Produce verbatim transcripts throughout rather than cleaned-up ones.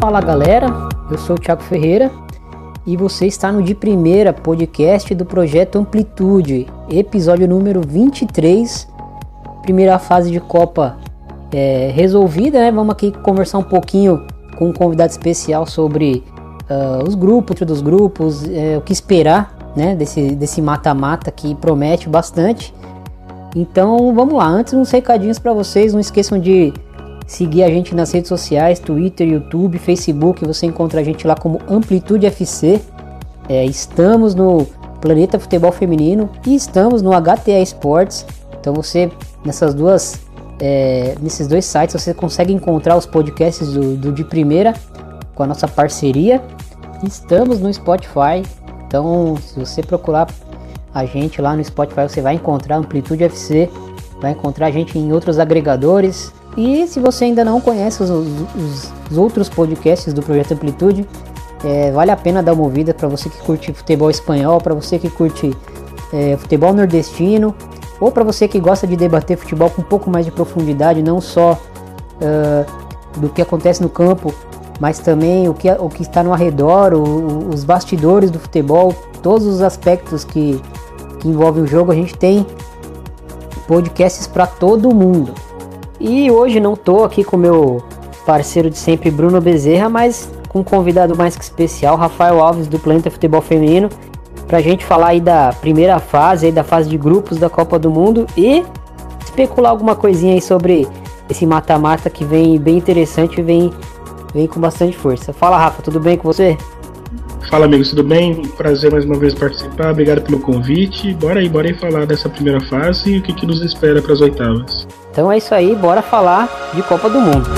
Fala galera, eu sou o Thiago Ferreira e você está no De Primeira podcast do Projeto Amplitude, episódio número vinte e três, primeira fase de Copa é, resolvida, né? Vamos aqui conversar um pouquinho com um convidado especial sobre uh, os grupos, entre dos grupos, é, o que esperar, né, desse, desse mata-mata que promete bastante. Então vamos lá, antes uns recadinhos para vocês, não esqueçam de seguir a gente nas redes sociais, Twitter, YouTube, Facebook, você encontra a gente lá como Amplitude F C. É, estamos no Planeta Futebol Feminino e estamos no H T A Esportes. Então você, nessas duas, é, nesses dois sites, você consegue encontrar os podcasts do, do De Primeira com a nossa parceria. Estamos no Spotify, então se você procurar a gente lá no Spotify, você vai encontrar Amplitude F C, vai encontrar a gente em outros agregadores. E se você ainda não conhece os, os, os outros podcasts do Projeto Amplitude, é, vale a pena dar uma ouvida para você que curte futebol espanhol, para você que curte é, futebol nordestino, ou para você que gosta de debater futebol com um pouco mais de profundidade, não só uh, do que acontece no campo, mas também o que, o que está no arredor, o, os bastidores do futebol, todos os aspectos que, que envolvem o jogo. A gente tem podcasts para todo mundo. E hoje não tô aqui com meu parceiro de sempre, Bruno Bezerra, mas com um convidado mais que especial, Rafael Alves, do Planeta Futebol Feminino, pra gente falar aí da primeira fase, aí da fase de grupos da Copa do Mundo e especular alguma coisinha aí sobre esse mata-mata que vem bem interessante e vem, vem com bastante força. Fala, Rafa, tudo bem com você? Fala, amigos, tudo bem? Prazer mais uma vez participar, obrigado pelo convite. Bora aí, bora aí falar dessa primeira fase e o que, que nos espera para as oitavas. Então é isso aí, bora falar de Copa do Mundo.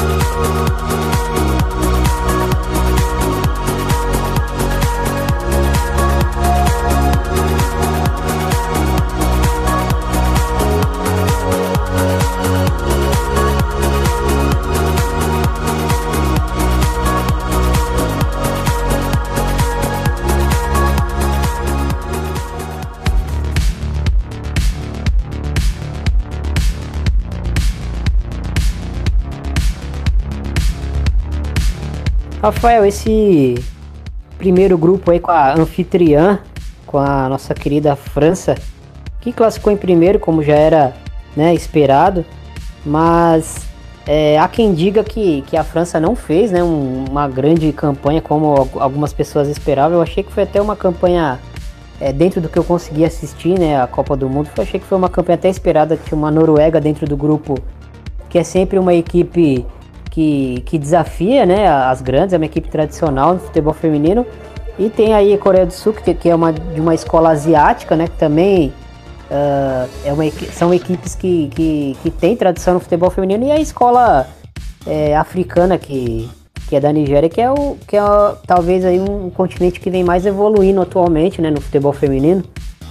Rafael, esse primeiro grupo aí com a anfitriã, com a nossa querida França, que classificou em primeiro, como já era, né, esperado, mas é, há quem diga que, que a França não fez, né, um, uma grande campanha como algumas pessoas esperavam. Eu achei que foi até uma campanha, é, dentro do que eu consegui assistir, né, a Copa do Mundo, eu achei que foi uma campanha até esperada. Tinha uma Noruega dentro do grupo, que é sempre uma equipe Que, que desafia, né, as grandes, é uma equipe tradicional no futebol feminino. E tem aí a Coreia do Sul, que, que é uma, de uma escola asiática, né, que também uh, é uma, são equipes que, que, que tem tradição no futebol feminino. E a escola é, africana, que, que é da Nigéria, que é, o, que é o, talvez aí um, um continente que vem mais evoluindo atualmente, né, no futebol feminino.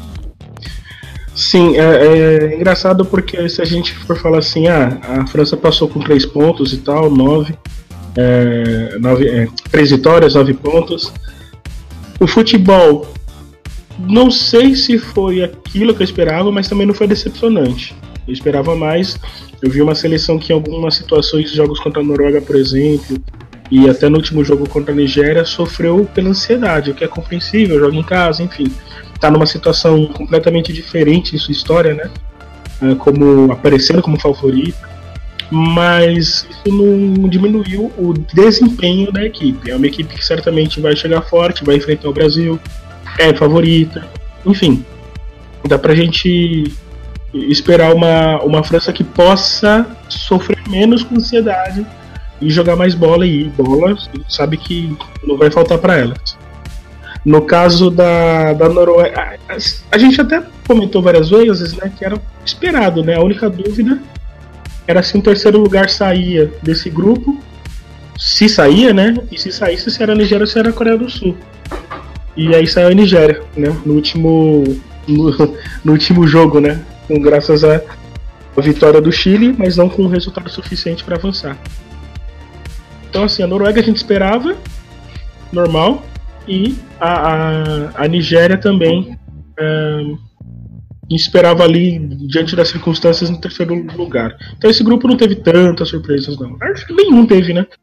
Sim, é, é engraçado porque se a gente for falar assim, ah, a França passou com três pontos e tal, nove, é, nove é, três vitórias, nove pontos. O futebol, não sei se foi aquilo que eu esperava, mas também não foi decepcionante. Eu esperava mais. Eu vi uma seleção que em algumas situações, jogos contra a Noruega, por exemplo, e até no último jogo contra a Nigéria, sofreu pela ansiedade, o que é compreensível, joga em casa, enfim. Está numa situação completamente diferente em sua história, né? Como aparecendo como favorita, mas isso não diminuiu o desempenho da equipe. É uma equipe que certamente vai chegar forte, vai enfrentar o Brasil, é favorita, enfim, dá pra gente esperar uma, uma França que possa sofrer menos com ansiedade e jogar mais bola, e bola sabe que não vai faltar para elas. No caso da, da Noruega, a, a, a gente até comentou várias vezes, né, que era esperado, né? A única dúvida era se um terceiro lugar saía desse grupo, se saía, né? E se saísse, se era a Nigéria ou se era a Coreia do Sul. E aí saiu a Nigéria, né? No último, no, no último jogo, né? Com, graças à vitória do Chile, mas não com um resultado suficiente para avançar. Então, assim, a Noruega a gente esperava, normal. E a, a, a Nigéria também é, esperava ali, diante das circunstâncias, no terceiro lugar. Então esse grupo não teve tantas surpresas, não. Acho que nenhum teve, né?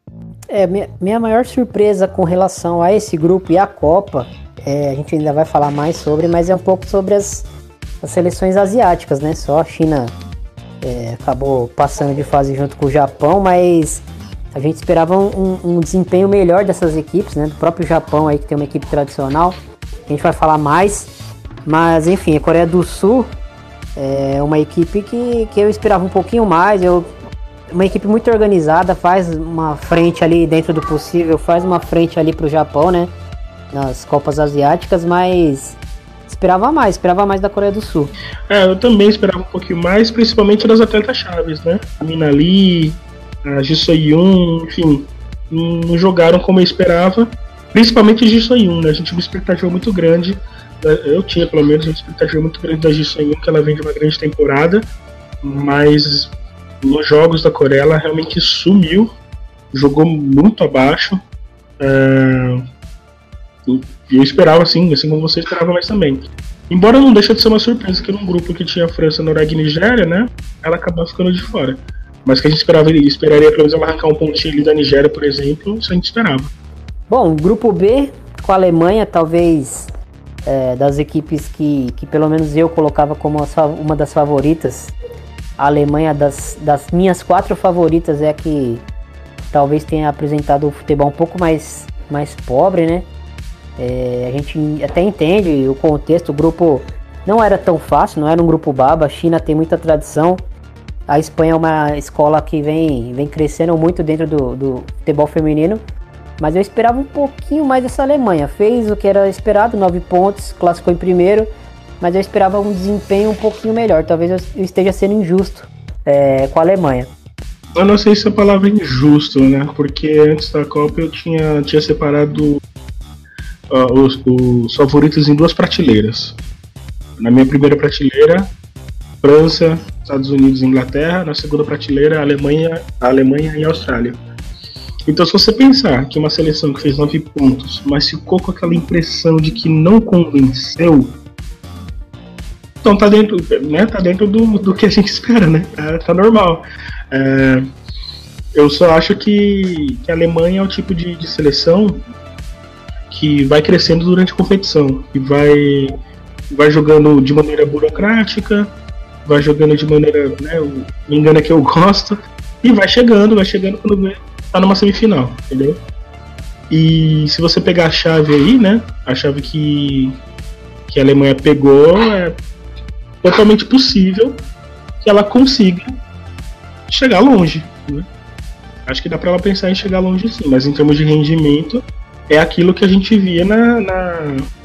É, minha, minha maior surpresa com relação a esse grupo e a Copa, é, a gente ainda vai falar mais sobre, mas é um pouco sobre as, as seleções asiáticas, né? Só a China é, acabou passando de fase junto com o Japão, mas a gente esperava um, um desempenho melhor dessas equipes, né? Do próprio Japão aí, que tem uma equipe tradicional, a gente vai falar mais, mas enfim, a Coreia do Sul é uma equipe que, que eu esperava um pouquinho mais, eu uma equipe muito organizada, faz uma frente ali dentro do possível, faz uma frente ali pro Japão, né, nas Copas Asiáticas, mas esperava mais, esperava mais da Coreia do Sul. É, eu também esperava um pouquinho mais, principalmente das atletas chaves, né, a Mina Lee, a Ji So-yoon, enfim, não jogaram como eu esperava, principalmente a Ji So-yoon, né, a gente tinha uma expectativa muito grande, eu tinha pelo menos uma expectativa muito grande da Ji So-yoon, que ela vem de uma grande temporada, mas nos jogos da Coreia ela realmente sumiu, jogou muito abaixo. É... Eu esperava assim, assim como você esperava mais também. Embora não deixe de ser uma surpresa que num grupo que tinha França, Noruega e Nigéria, né, ela acabou ficando de fora. Mas que a gente esperava, esperaria pelo menos ela arrancar um pontinho ali da Nigéria, por exemplo, isso a gente esperava. Bom, grupo B, com a Alemanha, talvez é, das equipes que, que pelo menos eu colocava como uma das favoritas. A Alemanha, das, das minhas quatro favoritas, é a que talvez tenha apresentado o futebol um pouco mais, mais pobre, né? É, a gente até entende o contexto, o grupo não era tão fácil, não era um grupo baba, a China tem muita tradição, a Espanha é uma escola que vem, vem crescendo muito dentro do, do futebol feminino, mas eu esperava um pouquinho mais dessa Alemanha, fez o que era esperado, nove pontos, classificou em primeiro, mas eu esperava um desempenho um pouquinho melhor. Talvez eu esteja sendo injusto é, com a Alemanha. Eu não sei se a palavra é injusto, né? Porque antes da Copa eu tinha, tinha separado uh, os, os favoritos em duas prateleiras. Na minha primeira prateleira, França, Estados Unidos e Inglaterra. Na segunda prateleira, a Alemanha, a Alemanha e a Austrália. Então, se você pensar que uma seleção que fez nove pontos, mas ficou com aquela impressão de que não convenceu, então tá dentro, né, tá dentro do, do que a gente espera, né? Tá, tá normal. É, eu só acho que, que a Alemanha é o tipo de, de seleção que vai crescendo durante a competição, que vai, vai jogando de maneira burocrática, vai jogando de maneira, né, me engana que eu gosto, e vai chegando, vai chegando quando tá numa semifinal, entendeu? E se você pegar a chave aí, né, a chave que, que a Alemanha pegou, é totalmente possível que ela consiga chegar longe, né? Acho que dá para ela pensar em chegar longe sim, mas em termos de rendimento é aquilo que a gente via na, na,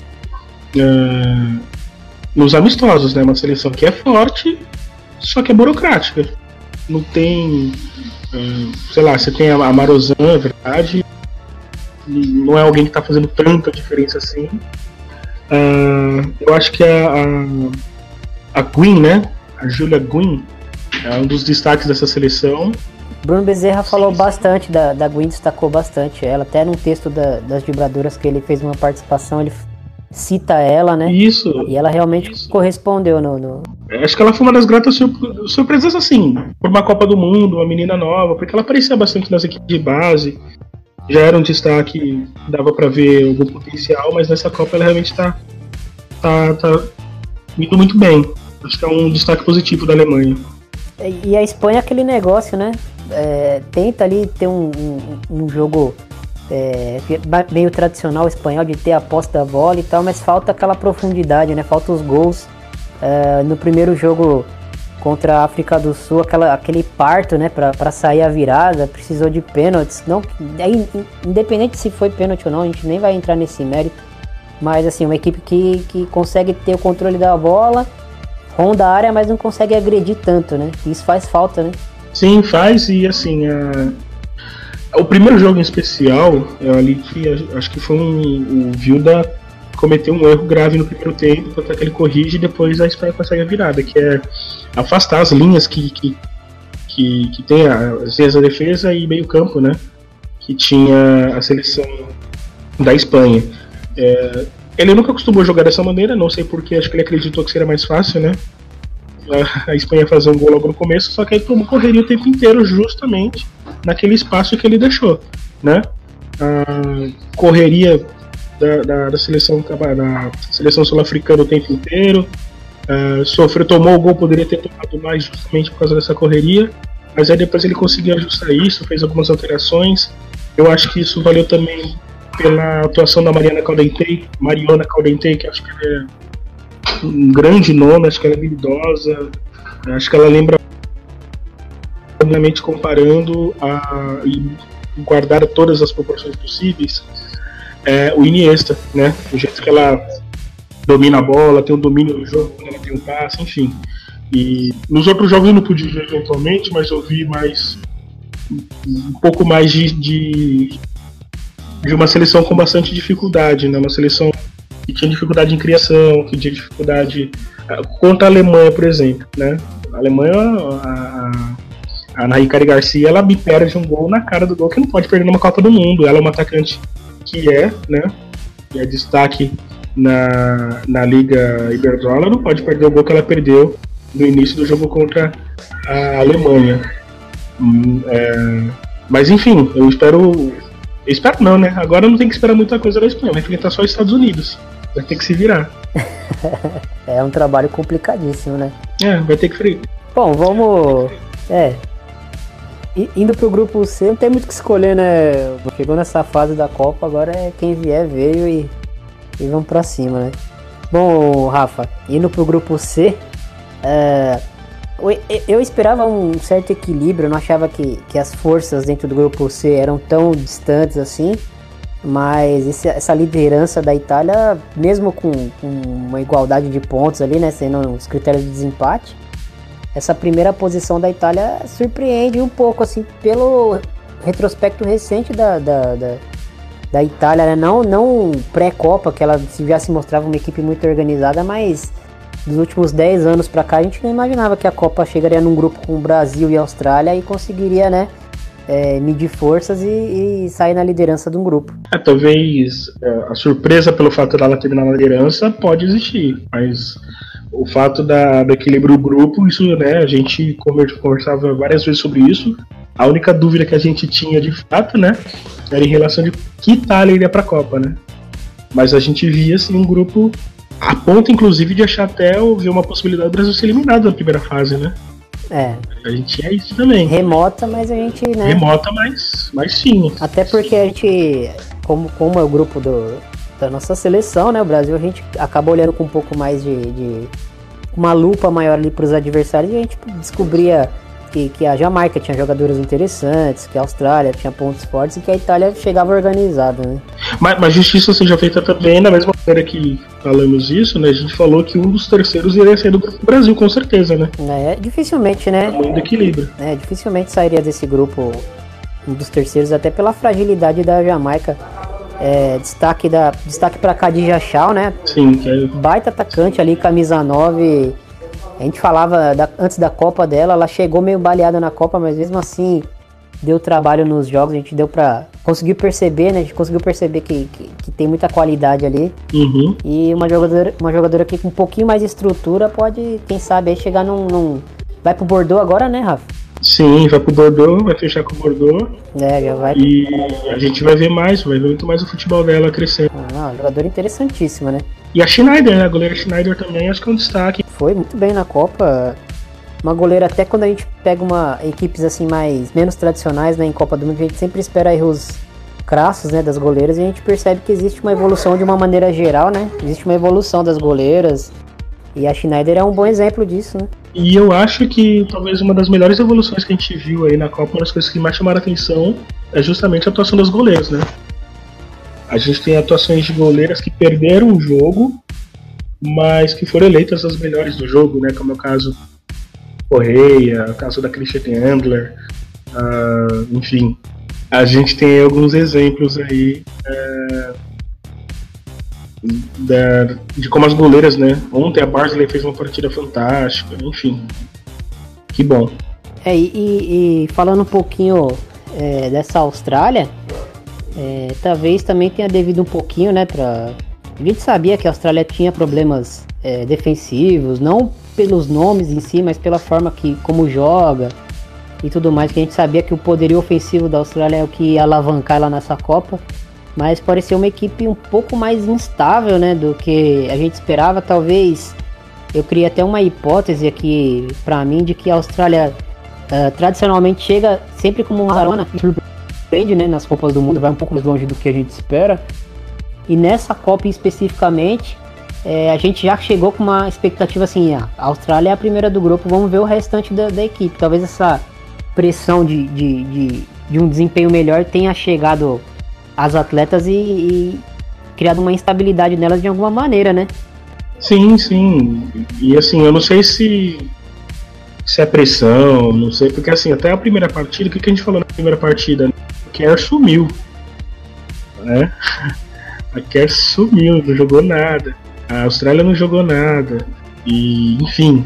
na nos amistosos, né? Uma seleção que é forte, só que é burocrática. Não tem, uh, sei lá, você tem a, a Marozan, é verdade, não é alguém que tá fazendo tanta diferença assim. Uh, eu acho que a, a A Guin, né? A Julia Guin é um dos destaques dessa seleção. Bruno Bezerra falou bastante da, da Guin, destacou bastante ela. Até num texto da, das vibradoras que ele fez uma participação, ele cita ela, né? Isso. E ela realmente isso. correspondeu no, no... Acho que ela foi uma das gratas surpre- surpresas, assim, por uma Copa do Mundo, uma menina nova, porque ela aparecia bastante nas equipes de base. Já era um destaque, dava pra ver algum potencial, mas nessa Copa ela realmente tá, tá, tá indo muito bem. Acho que é um destaque positivo da Alemanha. E a Espanha é aquele negócio, né? É, tenta ali ter um, um, um jogo é, meio tradicional espanhol de ter a posse da bola e tal, mas falta aquela profundidade, né? Falta os gols. É, no primeiro jogo contra a África do Sul, aquela, aquele parto, né? Pra, pra sair a virada, precisou de pênaltis. Não, aí, independente se foi pênalti ou não, a gente nem vai entrar nesse mérito. Mas assim, uma equipe que, que consegue ter o controle da bola, ronda a área, mas não consegue agredir tanto, né? Isso faz falta, né? Sim, faz, e assim, a... o primeiro jogo em especial, é ali que acho que foi um, o Vilda cometeu um erro grave no primeiro tempo, até que ele corrige e depois a Espanha consegue a virada, que é afastar as linhas que, que, que, que tem as linhas da defesa e meio campo, né? Que tinha a seleção da Espanha. É, ele nunca costumou jogar dessa maneira, não sei porquê, acho que ele acreditou que seria mais fácil, né? A, a Espanha fazer um gol logo no começo, só que aí tomou correria o tempo inteiro, justamente naquele espaço que ele deixou. né? A correria da, da, da seleção, da seleção sul-africana o tempo inteiro. Uh, sofreu, tomou o gol, poderia ter tomado mais justamente por causa dessa correria, mas aí depois ele conseguiu ajustar isso, fez algumas alterações. Eu acho que isso valeu também pela atuação da Mariana Caldentei, Mariana Caldentei, que acho que ela é um grande nome, acho que ela é habilidosa, acho que ela lembra, obviamente comparando a, e guardar todas as proporções possíveis, é, o Iniesta, né? O jeito que ela domina a bola, tem um domínio no jogo, quando ela tem um passe, enfim. E nos outros jogos eu não pude ver eventualmente, mas eu vi mais um pouco mais de, de, de uma seleção com bastante dificuldade, né? Uma seleção que tinha dificuldade em criação, que tinha dificuldade contra a Alemanha, por exemplo, né? A Alemanha, a, a, a Ana Ricari Garcia, ela me perde um gol na cara do gol que não pode perder numa Copa do Mundo. Ela é uma atacante que é, né? Que é destaque na, na Liga Iberdrola, não pode perder o gol que ela perdeu no início do jogo contra a Alemanha. Hum, é, mas enfim, eu espero. Eu espero não, né? Agora não tem que esperar muita coisa da Espanha, vai enfrentar só os Estados Unidos. Vai ter que se virar. É um trabalho complicadíssimo, né? É, vai ter que frear. Bom, vamos. É. Indo pro grupo C, não tem muito o que escolher, né? Chegou nessa fase da Copa, agora é quem vier, veio e, e vamos pra cima, né? Bom, Rafa, indo pro grupo C, é, eu esperava um certo equilíbrio, eu não achava que, que as forças dentro do grupo C eram tão distantes assim, mas esse, essa liderança da Itália, mesmo com, com uma igualdade de pontos ali, né, sendo os critérios de desempate, essa primeira posição da Itália surpreende um pouco, assim, pelo retrospecto recente da, da, da, da Itália, né? Não, não pré-Copa, que ela já se mostrava uma equipe muito organizada, mas dos últimos dez anos pra cá a gente não imaginava que a Copa chegaria num grupo com o Brasil e a Austrália e conseguiria, né, é, medir forças e, e sair na liderança de um grupo. É, talvez é, a surpresa pelo fato dela terminar na liderança pode existir, mas o fato da, do equilíbrio do grupo, isso, né, a gente conversava várias vezes sobre isso. A única dúvida que a gente tinha de fato, né, era em relação de que Itália iria para a Copa, né? Mas a gente via assim um grupo a ponto, inclusive, de achar até ver uma possibilidade do Brasil ser eliminado na primeira fase, né? É. A gente tinha isso também. Remota, mas a gente, né? Remota, mas, mas sim. Até porque a gente, como, como é o grupo do da nossa seleção, né, o Brasil, a gente acaba olhando com um pouco mais de, de uma lupa maior ali para os adversários e a gente descobria que, que a Jamaica tinha jogadores interessantes, que a Austrália tinha pontos fortes e que a Itália chegava organizada, né? Mas, mas justiça seja feita também, da mesma maneira que falamos isso, né, a gente falou que um dos terceiros iria sair do grupo do Brasil, com certeza, né? É, dificilmente, né? Tamanho do equilíbrio. É, dificilmente sairia desse grupo um dos terceiros, até pela fragilidade da Jamaica. É, destaque, da, destaque pra Khadija Shaw, né? Sim, que é... baita atacante ali, camisa nove. A gente falava da, antes da Copa dela, ela chegou meio baleada na Copa, mas mesmo assim deu trabalho nos jogos, a gente deu pra conseguir perceber, né? A gente conseguiu perceber que, que, que tem muita qualidade ali. Uhum. E uma jogadora, uma jogadora aqui com um pouquinho mais de estrutura pode, quem sabe, aí chegar num, num... Vai pro Bordeaux agora, né, Rafa? Sim, vai pro Bordeaux, vai fechar com o Bordeaux. É, já vai. E a gente vai ver mais, vai ver muito mais o futebol dela crescendo. Ah, jogadora interessantíssima, né? E a Schneider, né? A goleira Schneider também, acho que é um destaque. Foi muito bem na Copa. Uma goleira, até quando a gente pega uma equipes assim mais menos tradicionais, né, em Copa do Mundo, a gente sempre espera erros crassos, né, das goleiras, e a gente percebe que existe uma evolução de uma maneira geral, né? Existe uma evolução das goleiras. E a Schneider é um bom exemplo disso, né? E eu acho que talvez uma das melhores evoluções que a gente viu aí na Copa, uma das coisas que mais chamaram a atenção é justamente a atuação das goleiras, né? A gente tem atuações de goleiras que perderam o jogo, mas que foram eleitas as melhores do jogo, né? Como é o caso Correia, o caso da Christian Endler, uh, enfim. A gente tem alguns exemplos aí uh, da, de como as goleiras, né? Ontem a Barnsley fez uma partida fantástica, enfim. Que bom. É, e, e falando um pouquinho é, dessa Austrália, é, talvez também tenha devido um pouquinho, né, pra... A gente sabia que a Austrália tinha problemas é, defensivos, não pelos nomes em si, mas pela forma que, como joga. e tudo mais, que a gente sabia que o poderio ofensivo da Austrália é o que ia alavancar ela nessa Copa, mas pareceu uma equipe um pouco mais instável, né, do que a gente esperava. Talvez eu criei até uma hipótese aqui pra mim de que a Austrália uh, tradicionalmente chega sempre como uma carona e surpreende, né, nas Copas do Mundo, vai um pouco mais longe do que a gente espera. E nessa Copa especificamente, é, a gente já chegou com uma expectativa assim, a Austrália é a primeira do grupo, vamos ver o restante da, da equipe. Talvez essa pressão de, de, de, de um desempenho melhor tenha chegado às atletas e, e criado uma instabilidade nelas de alguma maneira, né? Sim, sim. E assim, eu não sei se, se é pressão, não sei, porque assim, até a primeira partida, o que, que a gente falou na primeira partida? A Kerr sumiu, né? A Kerr sumiu, não jogou nada. A Austrália não jogou nada. E, enfim.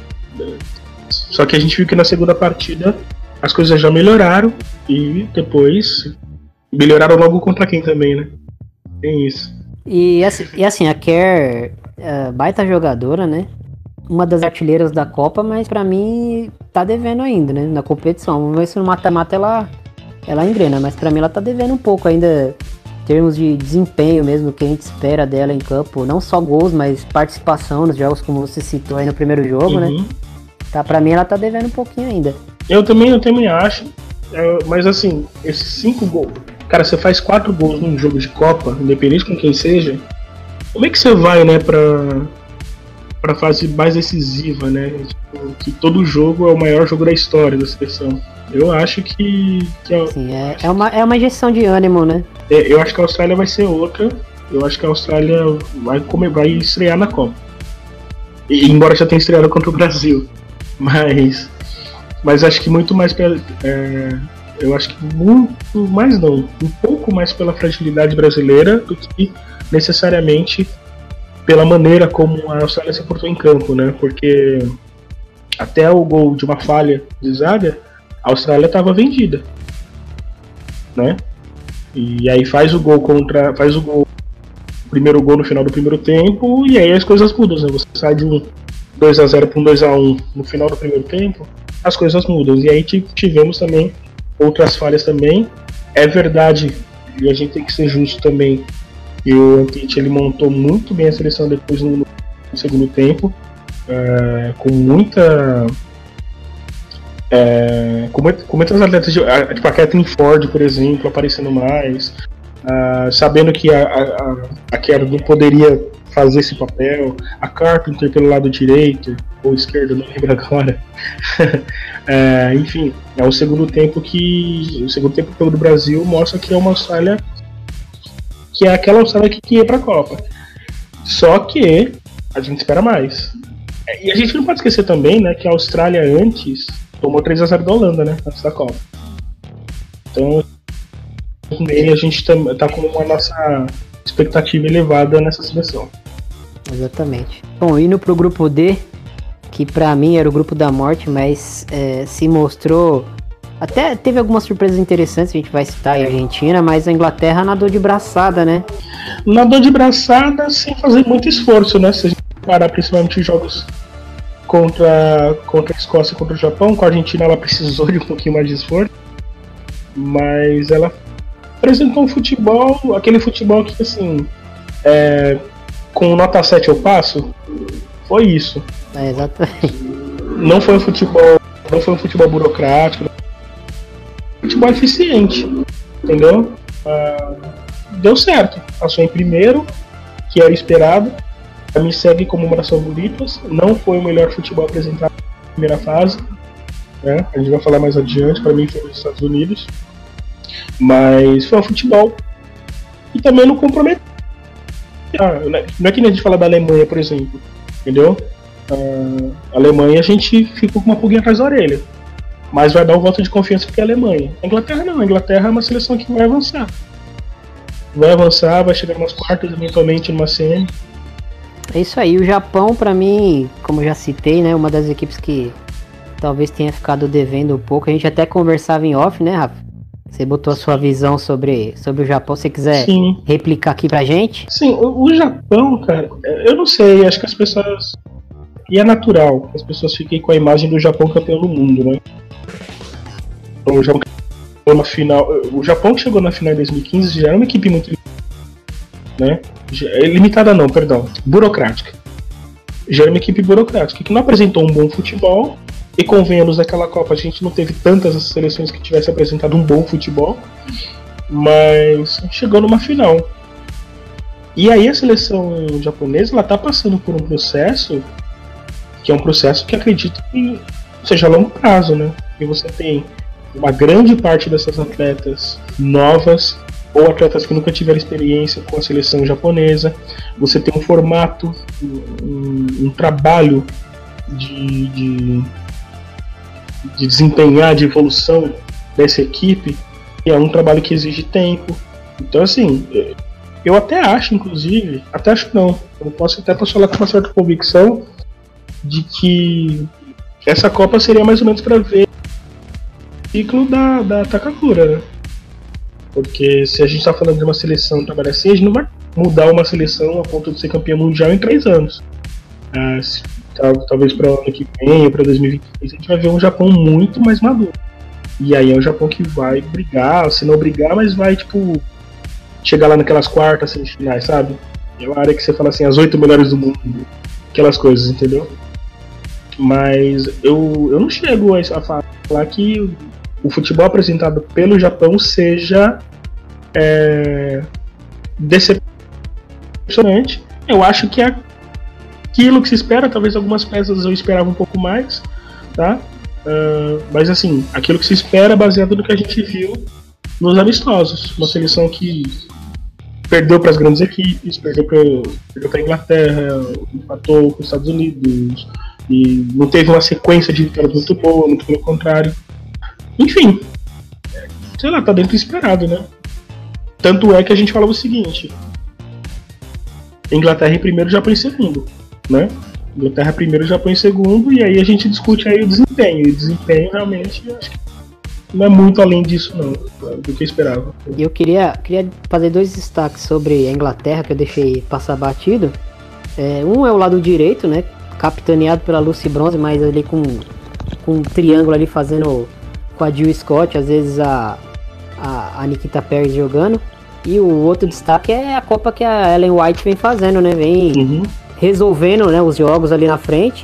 Só que a gente viu que na segunda partida as coisas já melhoraram. E depois melhoraram logo contra quem também, né? Tem isso. E assim, e assim a Kerr é baita jogadora, né? Uma das artilheiras da Copa, mas pra mim tá devendo ainda, né? Na competição. Vamos ver se no mata-mata ela, ela engrena. Mas pra mim ela tá devendo um pouco ainda. Em termos de desempenho mesmo, que a gente espera dela em campo, não só gols, mas participação nos jogos, como você citou aí no primeiro jogo, uhum. né? Tá, pra mim ela tá devendo um pouquinho ainda. Eu também, eu também acho, é, mas assim, esses cinco gols, cara, você faz quatro gols num jogo de Copa, independente com quem seja, como é que você vai, né, pra, pra fase mais decisiva, né? Tipo, que todo jogo é o maior jogo da história da seleção. Eu acho que... que é, Sim, é, é, uma, é uma injeção de ânimo, né? É, eu acho que a Austrália vai ser outra. Eu acho que a Austrália vai, comer, vai estrear na Copa. E, embora já tenha estreado contra o Brasil. Mas... Mas acho que muito mais... Pela, é, eu acho que muito mais não. Um pouco mais pela fragilidade brasileira do que necessariamente pela maneira como a Austrália se portou em campo, né? Porque até o gol de uma falha de zaga, a Austrália estava vendida, né? E aí faz o gol contra, faz o gol, o primeiro gol no final do primeiro tempo, e aí as coisas mudam, né? Você sai de um dois a zero para um dois a um no final do primeiro tempo, as coisas mudam. E aí tivemos também outras falhas também. É verdade, e a gente tem que ser justo também, que o Tite ele montou muito bem a seleção depois no, no segundo tempo, é, com muita É, com, com muitas atletas, de, a, tipo a Kathleen Ford, por exemplo, aparecendo mais, uh, sabendo que a, a, a Kerr não poderia fazer esse papel, a Carpenter pelo lado direito ou esquerdo, não lembro agora. é, enfim, é o segundo tempo que o segundo tempo pelo do Brasil mostra que é uma Austrália que é aquela Austrália que, que ia para a Copa. Só que a gente espera mais. E a gente não pode esquecer também, né, que a Austrália antes tomou três a zero da Holanda, né? Antes da Copa. Então, a gente tá, tá com a nossa expectativa elevada nessa seleção. Exatamente. Bom, indo pro grupo D, que pra mim era o grupo da morte, mas é, se mostrou... Até teve algumas surpresas interessantes, a gente vai citar a Argentina, mas a Inglaterra nadou de braçada, né? Nadou de braçada sem fazer muito esforço, né? Se a gente parar principalmente os jogos Contra, contra a Escócia e contra o Japão. Com a Argentina ela precisou de um pouquinho mais de esforço, mas ela apresentou um futebol, aquele futebol que assim, é, com nota sete eu passo, foi isso. É, exatamente. Não foi um futebol, não foi um futebol burocrático, futebol eficiente, entendeu? Ah, deu certo, passou em primeiro, que era esperado. A mim segue como uma das favoritas. Não foi o melhor futebol apresentado na primeira fase, né? A gente vai falar mais adiante. Para mim foi nos Estados Unidos, mas foi um futebol e também não comprometeu. Ah, não é que nem a gente fala da Alemanha, por exemplo, entendeu? Uh, a Alemanha a gente ficou com uma pulguinha atrás da orelha, mas vai dar um voto de confiança porque é a Alemanha. A Inglaterra não, a Inglaterra é uma seleção que vai avançar. Vai avançar, vai chegar nas quartas, eventualmente numa semi. É isso aí, o Japão pra mim, como eu já citei, né, uma das equipes que talvez tenha ficado devendo um pouco. A gente até conversava em off, né, Rafa? Você botou a sua visão sobre, sobre o Japão, se você quiser Sim. replicar aqui pra gente. Sim, o, o Japão, cara, eu não sei, acho que as pessoas... E é natural que as pessoas fiquem com a imagem do Japão campeão do mundo, né? O Japão chegou na final, o Japão que chegou na final em dois mil e quinze já era uma equipe muito, né? Limitada não, perdão, burocrática. Já era uma equipe burocrática que não apresentou um bom futebol. E convenhamos, naquela Copa a gente não teve tantas seleções que tivessem apresentado um bom futebol, mas chegou numa final. E aí a seleção japonesa ela tá passando por um processo que é um processo que acredito que seja a longo prazo, né? E você tem uma grande parte dessas atletas novas ou atletas que nunca tiveram experiência com a seleção japonesa. Você tem um formato, um, um trabalho de, de de desempenhar, de evolução dessa equipe, e é um trabalho que exige tempo. Então, assim, eu até acho, inclusive, até acho não, eu posso até posso falar com uma certa convicção de que essa Copa seria mais ou menos para ver o ciclo da, da Takakura, né? Porque se a gente está falando de uma seleção trabalhar assim, a gente não vai mudar uma seleção a ponto de ser campeã mundial em três anos. Ah, se, talvez para o ano que vem ou para dois mil e vinte e três a gente vai ver um Japão muito mais maduro. E aí é um Japão que vai brigar, se não brigar, mas vai tipo chegar lá naquelas quartas, semifinais, sabe? É uma área que você fala assim, as oito melhores do mundo, aquelas coisas, entendeu? Mas eu, eu não chego a falar que o futebol apresentado pelo Japão seja é, decepcionante. Eu acho que é aquilo que se espera, talvez algumas peças eu esperava um pouco mais, tá? Uh, mas assim, aquilo que se espera baseado no que a gente viu nos amistosos. Uma seleção que perdeu para as grandes equipes, perdeu para a Inglaterra, empatou com os Estados Unidos, e não teve uma sequência de vitórias muito boa, muito pelo contrário. Enfim, sei lá, tá dentro do esperado, né? Tanto é que a gente falava o seguinte: Inglaterra em primeiro, Japão em segundo, né? Inglaterra primeiro, Japão em segundo, e aí a gente discute aí o desempenho. E o desempenho realmente eu acho que não é muito além disso não, do que eu esperava. Eu queria, queria fazer dois destaques sobre a Inglaterra que eu deixei passar batido. É, um é o lado direito, né? Capitaneado pela Lucy Bronze, mas ali com, com um triângulo ali fazendo com a Jill Scott, às vezes a, a, a Nikita Perry jogando. E o outro destaque é a Copa que a Ellen White vem fazendo, né? Vem uhum. resolvendo, né, os jogos ali na frente.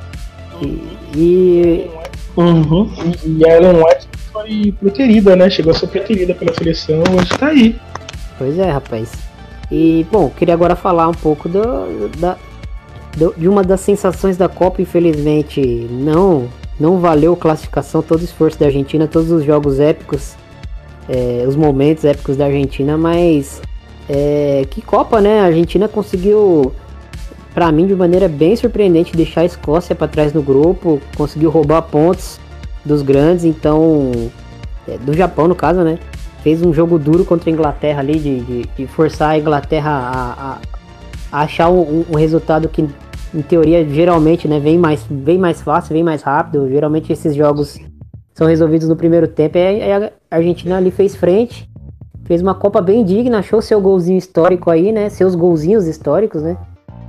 E, e... Uhum. e a Ellen White foi preterida, né? Chegou a ser preterida pela seleção, hoje tá aí. Pois é, rapaz. E, bom, queria agora falar um pouco do, da, do, de uma das sensações da Copa. Infelizmente, não, não valeu classificação, todo o esforço da Argentina, todos os jogos épicos, é, os momentos épicos da Argentina, mas é, que Copa, né? A Argentina conseguiu, pra mim, de maneira bem surpreendente, deixar a Escócia pra trás no grupo, conseguiu roubar pontos dos grandes, então, é, do Japão no caso, né? Fez um jogo duro contra a Inglaterra ali, de, de, de forçar a Inglaterra a, a, a achar um, um resultado que, em teoria, geralmente, né, vem mais, vem mais fácil, vem mais rápido. Geralmente esses jogos são resolvidos no primeiro tempo, e aí a Argentina ali fez frente, fez uma Copa bem digna, achou seu golzinho histórico aí, né, seus golzinhos históricos, né,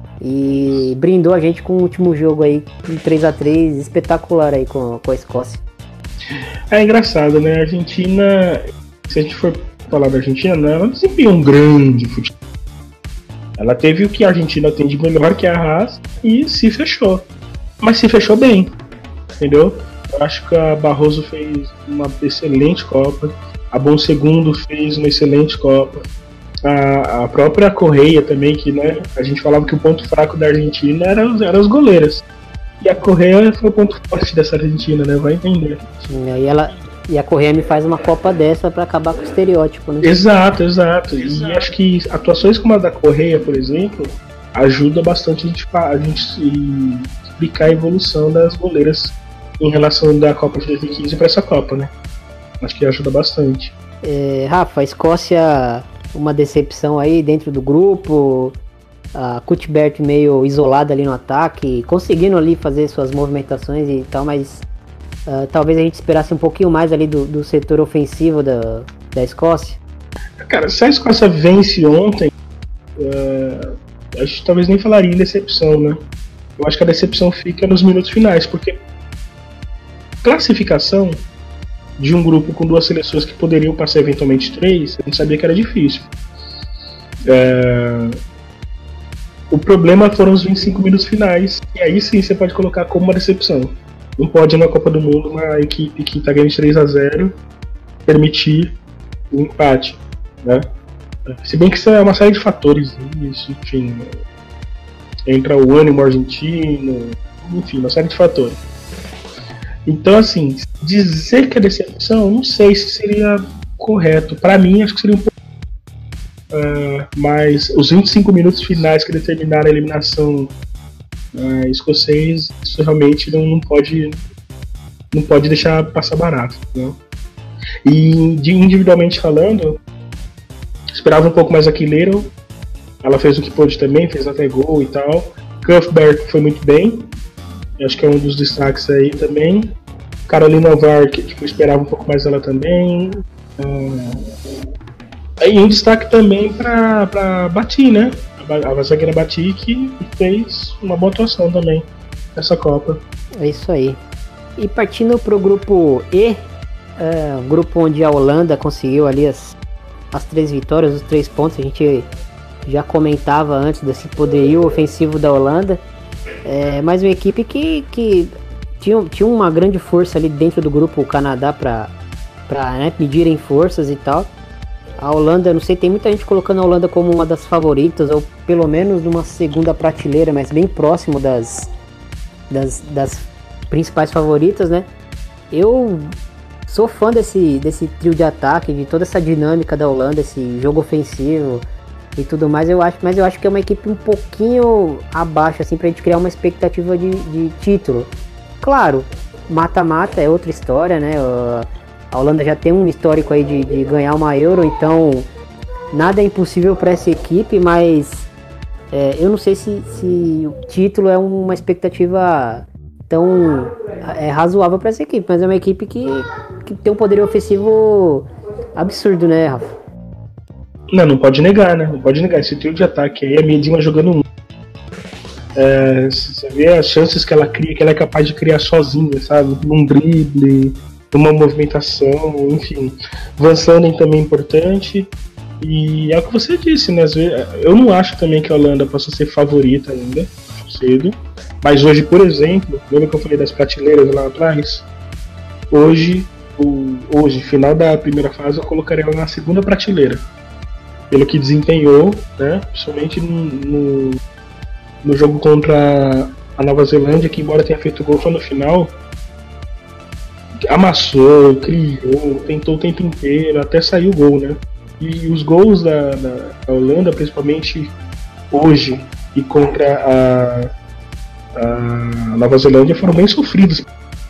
e brindou a gente com o último jogo aí, um três a três espetacular aí com, com a Escócia. É engraçado, né, a Argentina, se a gente for falar da Argentina, né, ela desempenhou um grande futebol. Ela teve o que a Argentina tem de melhor, que é a raça, e se fechou. Mas se fechou bem, entendeu? Eu acho que a Barroso fez uma excelente Copa, a Bom Segundo fez uma excelente Copa, a, a própria Correia também, que, né, a gente falava que o ponto fraco da Argentina eram era as goleiras. E a Correia foi o ponto forte dessa Argentina, né? Vai entender. Sim, e ela... E a Correia me faz uma Copa dessa pra acabar com o estereótipo, né? Exato, exato. E acho que atuações como a da Correia, por exemplo, ajuda bastante a gente, a gente explicar a evolução das goleiras em relação da Copa de dois mil e quinze para essa Copa, né? Acho que ajuda bastante. É, Rafa, a Escócia, uma decepção aí dentro do grupo, a Cuthbert meio isolada ali no ataque, conseguindo ali fazer suas movimentações e tal, mas... Uh, talvez a gente esperasse um pouquinho mais ali do, do setor ofensivo da, da Escócia. Cara, se a Escócia vence ontem, uh, a gente talvez nem falaria em decepção, né? Eu acho que a decepção fica nos minutos finais, porque classificação de um grupo com duas seleções que poderiam passar eventualmente três, a gente sabia que era difícil. É... O problema foram os vinte e cinco minutos finais, e aí sim você pode colocar como uma decepção. Não pode na Copa do Mundo uma equipe que está ganhando de três a zero permitir o um empate, né? Se bem que isso é uma série de fatores, isso, enfim, entra o ânimo argentino, enfim, uma série de fatores. Então, assim, dizer que é decepção, não sei se seria correto. Para mim, acho que seria um pouco. Uh, mas os vinte e cinco minutos finais que determinaram a eliminação uh, escocês, isso realmente não, não, pode, não pode deixar passar barato. Né? E de, individualmente falando, esperava um pouco mais a Quilero. Ela fez o que pôde também, fez até gol e tal. Cuthbert foi muito bem. Acho que é um dos destaques aí também. Carolina Var, que tipo, esperava um pouco mais dela também. Uh, e um destaque também para para Bati, né? A, a zagueira Bati, que fez uma boa atuação também nessa Copa. É isso aí. E partindo para o grupo E, uh, grupo onde a Holanda conseguiu ali as, as três vitórias, os três pontos. A gente já comentava antes desse poderio ofensivo da Holanda. É, mas uma equipe que, que tinha, tinha uma grande força ali dentro do grupo, o Canadá, para né, medirem forças e tal. A Holanda, não sei, tem muita gente colocando a Holanda como uma das favoritas, ou pelo menos numa segunda prateleira, mas bem próximo das, das, das principais favoritas, né? Eu sou fã desse, desse trio de ataque, de toda essa dinâmica da Holanda, esse jogo ofensivo e tudo mais, eu acho, mas eu acho que é uma equipe um pouquinho abaixo, assim, pra gente criar uma expectativa de, de título. Claro, mata-mata é outra história, né? A Holanda já tem um histórico aí de, de ganhar uma Euro, então nada é impossível para essa equipe, mas é, eu não sei se, se o título é uma expectativa tão é, razoável para essa equipe, mas é uma equipe que, que tem um poder ofensivo absurdo, né, Rafa? Não, não pode negar, né? Não pode negar. Esse trio de ataque aí, a Miedema jogando muito. É, você vê as chances que ela cria, que ela é capaz de criar sozinha, sabe? Num drible, numa movimentação, enfim. Van Sanen também é importante. E é o que você disse, né? Eu não acho também que a Holanda possa ser favorita ainda, cedo. Mas hoje, por exemplo, lembra que eu falei das prateleiras lá atrás? Hoje, o, hoje, final da primeira fase, eu colocaria ela na segunda prateleira. Pelo que desempenhou, né? Principalmente no, no, no jogo contra a Nova Zelândia, que embora tenha feito gol só no final, amassou, criou, tentou o tempo inteiro, até saiu o gol, né? E os gols da, da, da Holanda, principalmente hoje e contra a, a Nova Zelândia, foram bem sofridos.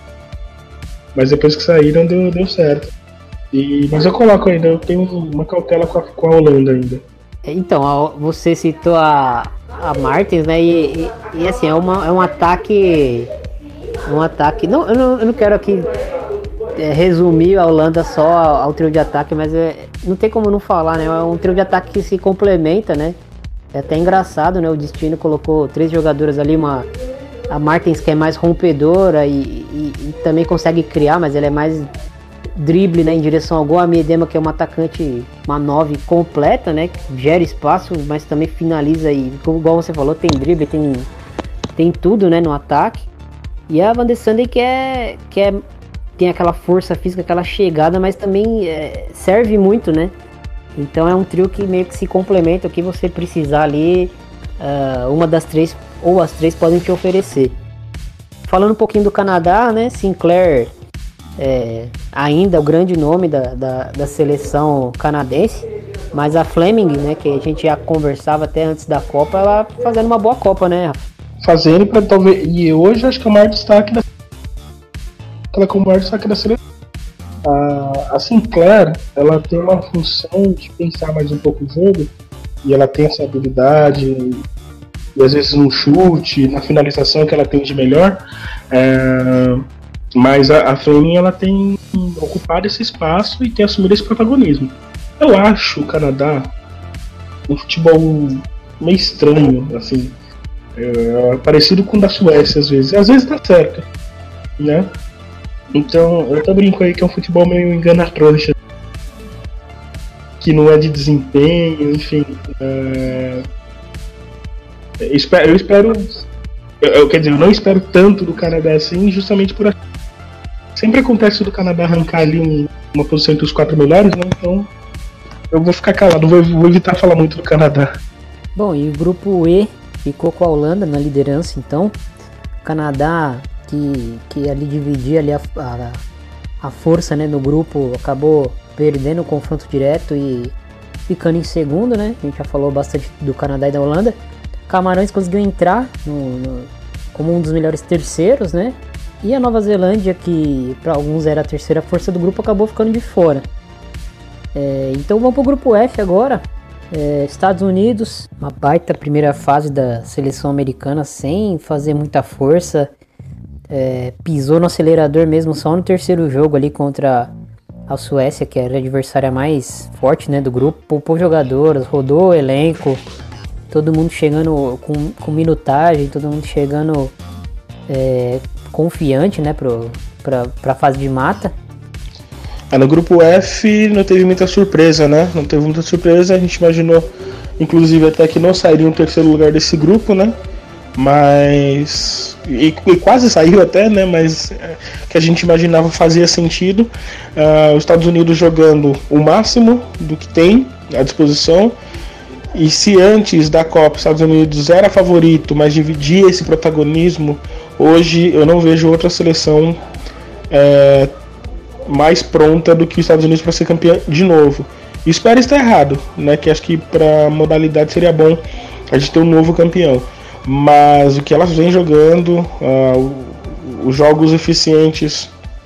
Mas depois que saíram, deu, deu certo. E, mas eu coloco ainda, eu tenho uma cautela com a, com a Holanda ainda. Então, você citou a, a Martens, né? E, e, e assim, é, uma, é um ataque. Um ataque. Não, eu, não, eu não quero aqui é, resumir a Holanda só ao, ao trio de ataque, mas é, não tem como não falar, né? É um trio de ataque que se complementa, né? É até engraçado, né? O Destino colocou três jogadoras ali, uma. A Martens, que é mais rompedora e, e, e também consegue criar, mas ela é mais drible, né, em direção ao gol. A Miedema, que é uma atacante, uma nove completa, né, que gera espaço, mas também finaliza e, igual você falou, tem drible, tem, tem tudo, né, no ataque. E a Van de Sande, que é, que é tem aquela força física, aquela chegada, mas também é, serve muito, né. Então é um trio que meio que se complementa, o que você precisar ali, uh, uma das três ou as três podem te oferecer. Falando um pouquinho do Canadá, né, Sinclair é, ainda o grande nome da, da, da seleção canadense, mas a Fleming, né, que a gente já conversava até antes da Copa, ela fazendo uma boa Copa, né? Fazendo para talvez, e hoje acho que é o maior destaque da ela como o maior destaque da seleção. A, a Sinclair, ela tem uma função de pensar mais um pouco o jogo, e ela tem essa habilidade, e, e às vezes no chute, na finalização que ela tem de melhor. É, Mas a, a Fleming, ela tem ocupado esse espaço e tem assumido esse protagonismo. Eu acho o Canadá um futebol meio estranho, assim, é, parecido com o da Suécia às vezes. Às vezes dá certo, né? Então, eu até brinco aí que é um futebol meio engana-trouxa, que não é de desempenho, enfim. É... Eu espero, eu, espero eu, eu, quer dizer, eu não espero tanto do Canadá assim, justamente por sempre acontece do Canadá arrancar ali um, uma posição entre os quatro melhores, né? Então eu vou ficar calado, vou, vou evitar falar muito do Canadá. Bom, e o grupo E ficou com a Holanda na liderança, então. O Canadá, que, que ali dividia ali a, a, a força, né, no grupo, acabou perdendo o confronto direto e ficando em segundo, né? A gente já falou bastante do Canadá e da Holanda. Camarões conseguiu entrar no, no, como um dos melhores terceiros, né? E a Nova Zelândia, que para alguns era a terceira força do grupo, acabou ficando de fora. É, então vamos para o grupo F agora. É, Estados Unidos, uma baita primeira fase da seleção americana sem fazer muita força. É, pisou no acelerador mesmo só no terceiro jogo ali contra a Suécia, que era a adversária mais forte, né, do grupo. Poupou jogadoras, rodou o elenco. Todo mundo chegando com, com minutagem, todo mundo chegando é, confiante, né, para a fase de mata. Ah, no grupo F não teve muita surpresa, né? Não teve muita surpresa, a gente imaginou, inclusive, até que não sairia um terceiro lugar desse grupo, né? Mas... E, e quase saiu até, né? Mas é, que a gente imaginava fazia sentido. Uh, os Estados Unidos jogando o máximo do que tem à disposição. E se antes da Copa os Estados Unidos era favorito, mas dividia esse protagonismo, hoje eu não vejo outra seleção é, mais pronta do que os Estados Unidos para ser campeão de novo. E espero estar errado, né? Que acho que para a modalidade seria bom a gente ter um novo campeão. Mas o que elas vêm jogando, uh, os jogos eficientes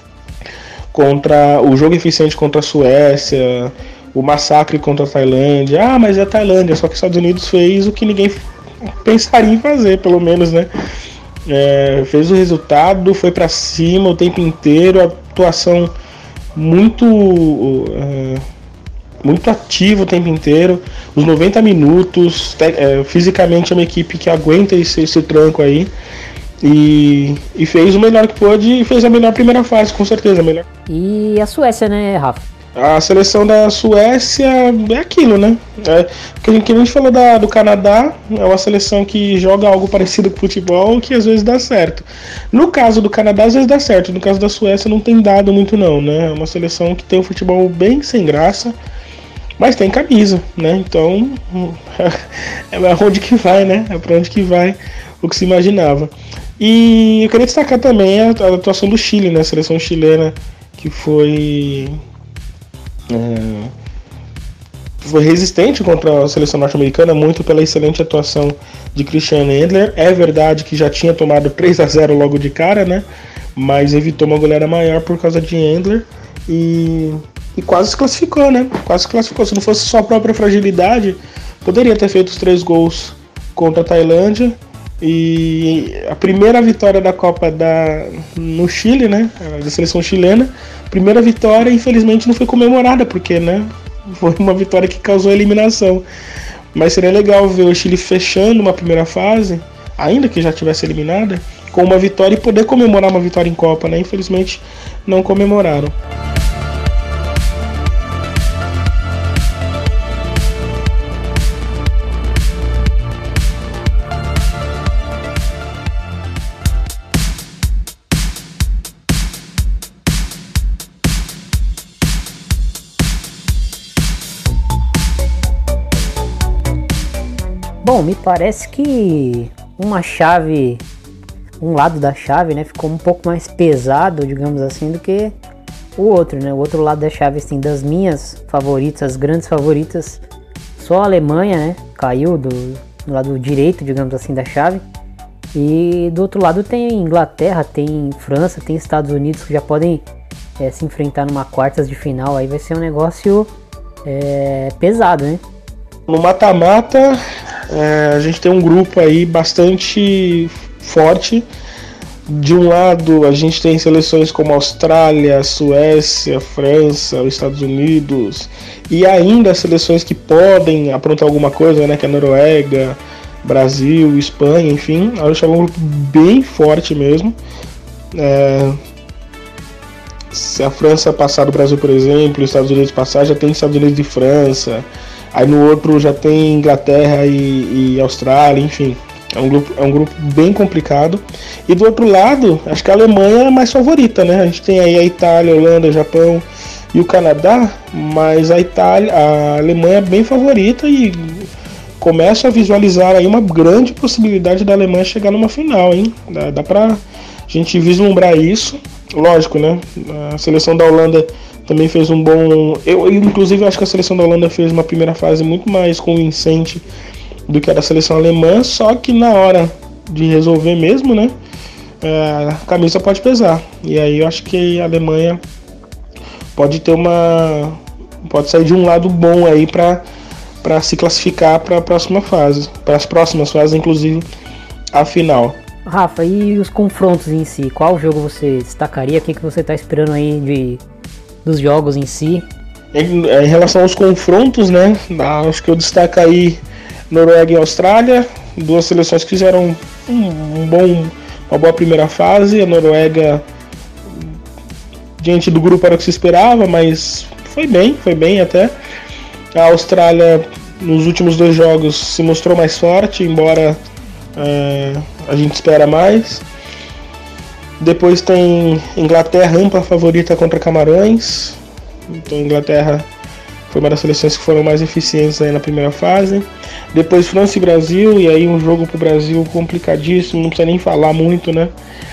contra o jogo eficiente contra a Suécia, o massacre contra a Tailândia. Ah, mas é a Tailândia, só que os Estados Unidos fez o que ninguém pensaria em fazer, pelo menos, né? É, fez o resultado, foi pra cima o tempo inteiro, a atuação muito uh, muito ativa o tempo inteiro, os noventa minutos, te, é, fisicamente é uma equipe que aguenta esse, esse tranco aí. E, e fez o melhor que pôde e fez a melhor primeira fase, com certeza. A melhor. E a Suécia, né, Rafa? A seleção da Suécia é aquilo, né? É, que a gente, que a gente falou da, do Canadá, é uma seleção que joga algo parecido com futebol, que às vezes dá certo. No caso do Canadá, às vezes dá certo. No caso da Suécia, não tem dado muito, não, né? É uma seleção que tem um futebol bem sem graça, mas tem camisa, né? Então, é onde que vai, né? É pra onde que vai o que se imaginava. E eu queria destacar também a, a atuação do Chile, né? A seleção chilena, que foi... É, foi resistente contra a seleção norte-americana, muito pela excelente atuação de Christian Endler. É verdade que já tinha tomado três a zero logo de cara, né? Mas evitou uma goleada maior por causa de Endler e, e quase se classificou, né? Quase se classificou. Se não fosse só a própria fragilidade, poderia ter feito os três gols contra a Tailândia. E a primeira vitória da Copa da, no Chile, né? Da seleção chilena. Primeira vitória, infelizmente, não foi comemorada, porque, né? Foi uma vitória que causou eliminação. Mas seria legal ver o Chile fechando uma primeira fase, ainda que já tivesse eliminada, com uma vitória e poder comemorar uma vitória em Copa, né? Infelizmente, não comemoraram. Bom, me parece que uma chave, um lado da chave, né, ficou um pouco mais pesado, digamos assim, do que o outro, né? O outro lado da chave, assim, das minhas favoritas, as grandes favoritas, só a Alemanha, né, caiu do, do lado direito, digamos assim, da chave. E do outro lado tem Inglaterra, tem França, tem Estados Unidos que já podem é, se enfrentar numa quartas de final. Aí vai ser um negócio é, pesado, né? No mata-mata, é, a gente tem um grupo aí bastante forte. De um lado, a gente tem seleções como Austrália, Suécia, França, os Estados Unidos, e ainda seleções que podem aprontar alguma coisa, né, que é a Noruega, Brasil, Espanha, enfim. A gente é um grupo bem forte mesmo. É, se a França passar do Brasil, por exemplo, e os Estados Unidos passar, já tem Estados Unidos e França. Aí no outro já tem Inglaterra e, e Austrália, enfim. É um, grupo, é um grupo bem complicado. E do outro lado, acho que a Alemanha é mais favorita, né? A gente tem aí a Itália, a Holanda, o Japão e o Canadá, mas a Itália, a Alemanha é bem favorita e começa a visualizar aí uma grande possibilidade da Alemanha chegar numa final, hein? Dá, dá pra gente vislumbrar isso. Lógico, né? A seleção da Holanda também fez um bom... Eu, inclusive, acho que a seleção da Holanda fez uma primeira fase muito mais convincente do que a da seleção alemã, só que na hora de resolver mesmo, né, a camisa pode pesar. E aí eu acho que a Alemanha pode ter uma... pode sair de um lado bom aí para para se classificar para a próxima fase, para as próximas fases, inclusive a final. Rafa, e os confrontos em si? Qual jogo você destacaria? O que, que você está esperando aí de, dos jogos em si? Em, em relação aos confrontos, né, acho que eu destaco aí Noruega e Austrália, duas seleções que fizeram um, um bom, uma boa primeira fase. A Noruega, diante do grupo, era o que se esperava, mas foi bem, foi bem até. A Austrália, nos últimos dois jogos, se mostrou mais forte, embora é, a gente espera mais. Depois tem Inglaterra, ampla favorita contra Camarões. Então, Inglaterra foi uma das seleções que foram mais eficientes aí na primeira fase. Depois França e Brasil, e aí um jogo pro Brasil complicadíssimo, não precisa nem falar muito, né?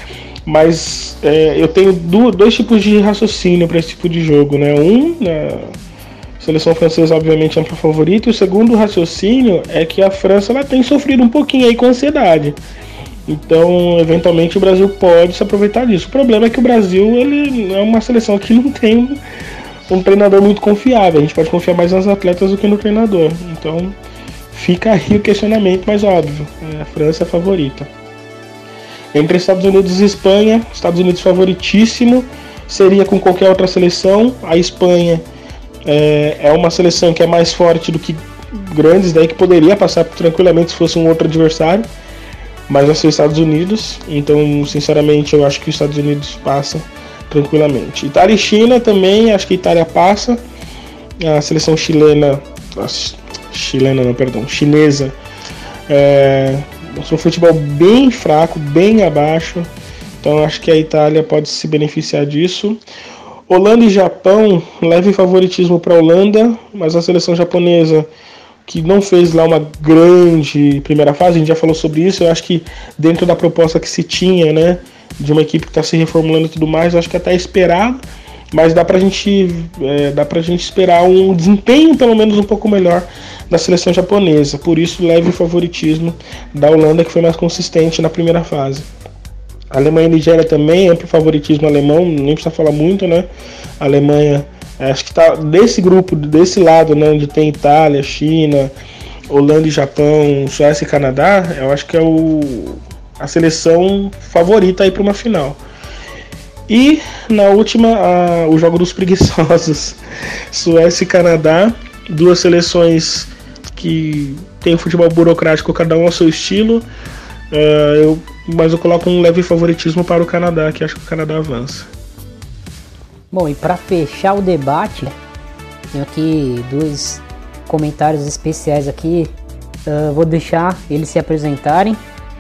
Mas é, eu tenho do, dois tipos de raciocínio para esse tipo de jogo, né? Um, a seleção francesa obviamente é a favorita, e o segundo raciocínio é que a França ela tem sofrido um pouquinho aí com ansiedade. Então, eventualmente, o Brasil pode se aproveitar disso. O problema é que o Brasil ele é uma seleção que não tem um treinador muito confiável. A gente pode confiar mais nos atletas do que no treinador. Então, fica aí o questionamento, mas óbvio, a França é a favorita. Entre Estados Unidos e Espanha, Estados Unidos favoritíssimo, seria com qualquer outra seleção. A Espanha é, é uma seleção que é mais forte do que grandes, daí que poderia passar tranquilamente se fosse um outro adversário, mas vai ser os Estados Unidos, então sinceramente eu acho que os Estados Unidos passam tranquilamente. Itália e China também, acho que a Itália passa. A seleção chilena, nossa, chilena não, perdão, chinesa, é, mostrou um futebol bem fraco, bem abaixo, então acho que a Itália pode se beneficiar disso. Holanda e Japão, leve favoritismo para a Holanda, mas a seleção japonesa, que não fez lá uma grande primeira fase, a gente já falou sobre isso, eu acho que dentro da proposta que se tinha, né, de uma equipe que está se reformulando e tudo mais, eu acho que até esperado, mas dá pra gente, é, dá pra gente esperar um desempenho pelo menos um pouco melhor da seleção japonesa, por isso leve o favoritismo da Holanda, que foi mais consistente na primeira fase. A Alemanha e Nigéria também, amplo favoritismo alemão, nem precisa falar muito, né, a Alemanha acho que tá desse grupo, desse lado, né, onde tem Itália, China, Holanda e Japão, Suécia e Canadá, eu acho que é o, a seleção favorita aí para uma final. E na última, a, o jogo dos preguiçosos, Suécia e Canadá, duas seleções que tem um futebol burocrático, cada um ao seu estilo, uh, eu, mas eu coloco um leve favoritismo para o Canadá, que acho que o Canadá avança. Bom, e para fechar o debate, tenho aqui dois comentários especiais aqui. Uh, vou deixar eles se apresentarem.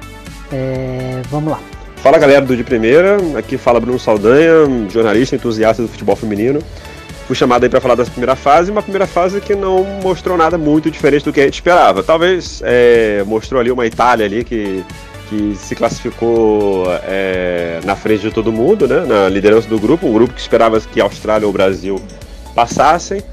É, vamos lá. Fala galera do De Primeira, aqui fala Bruno Saldanha, jornalista entusiasta do futebol feminino. Fui chamado aí para falar dessa primeira fase, uma primeira fase que não mostrou nada muito diferente do que a gente esperava. Talvez é, mostrou ali uma Itália ali que... que se classificou é, na frente de todo mundo, né, na liderança do grupo, um grupo que esperava que a Austrália ou o Brasil passassem.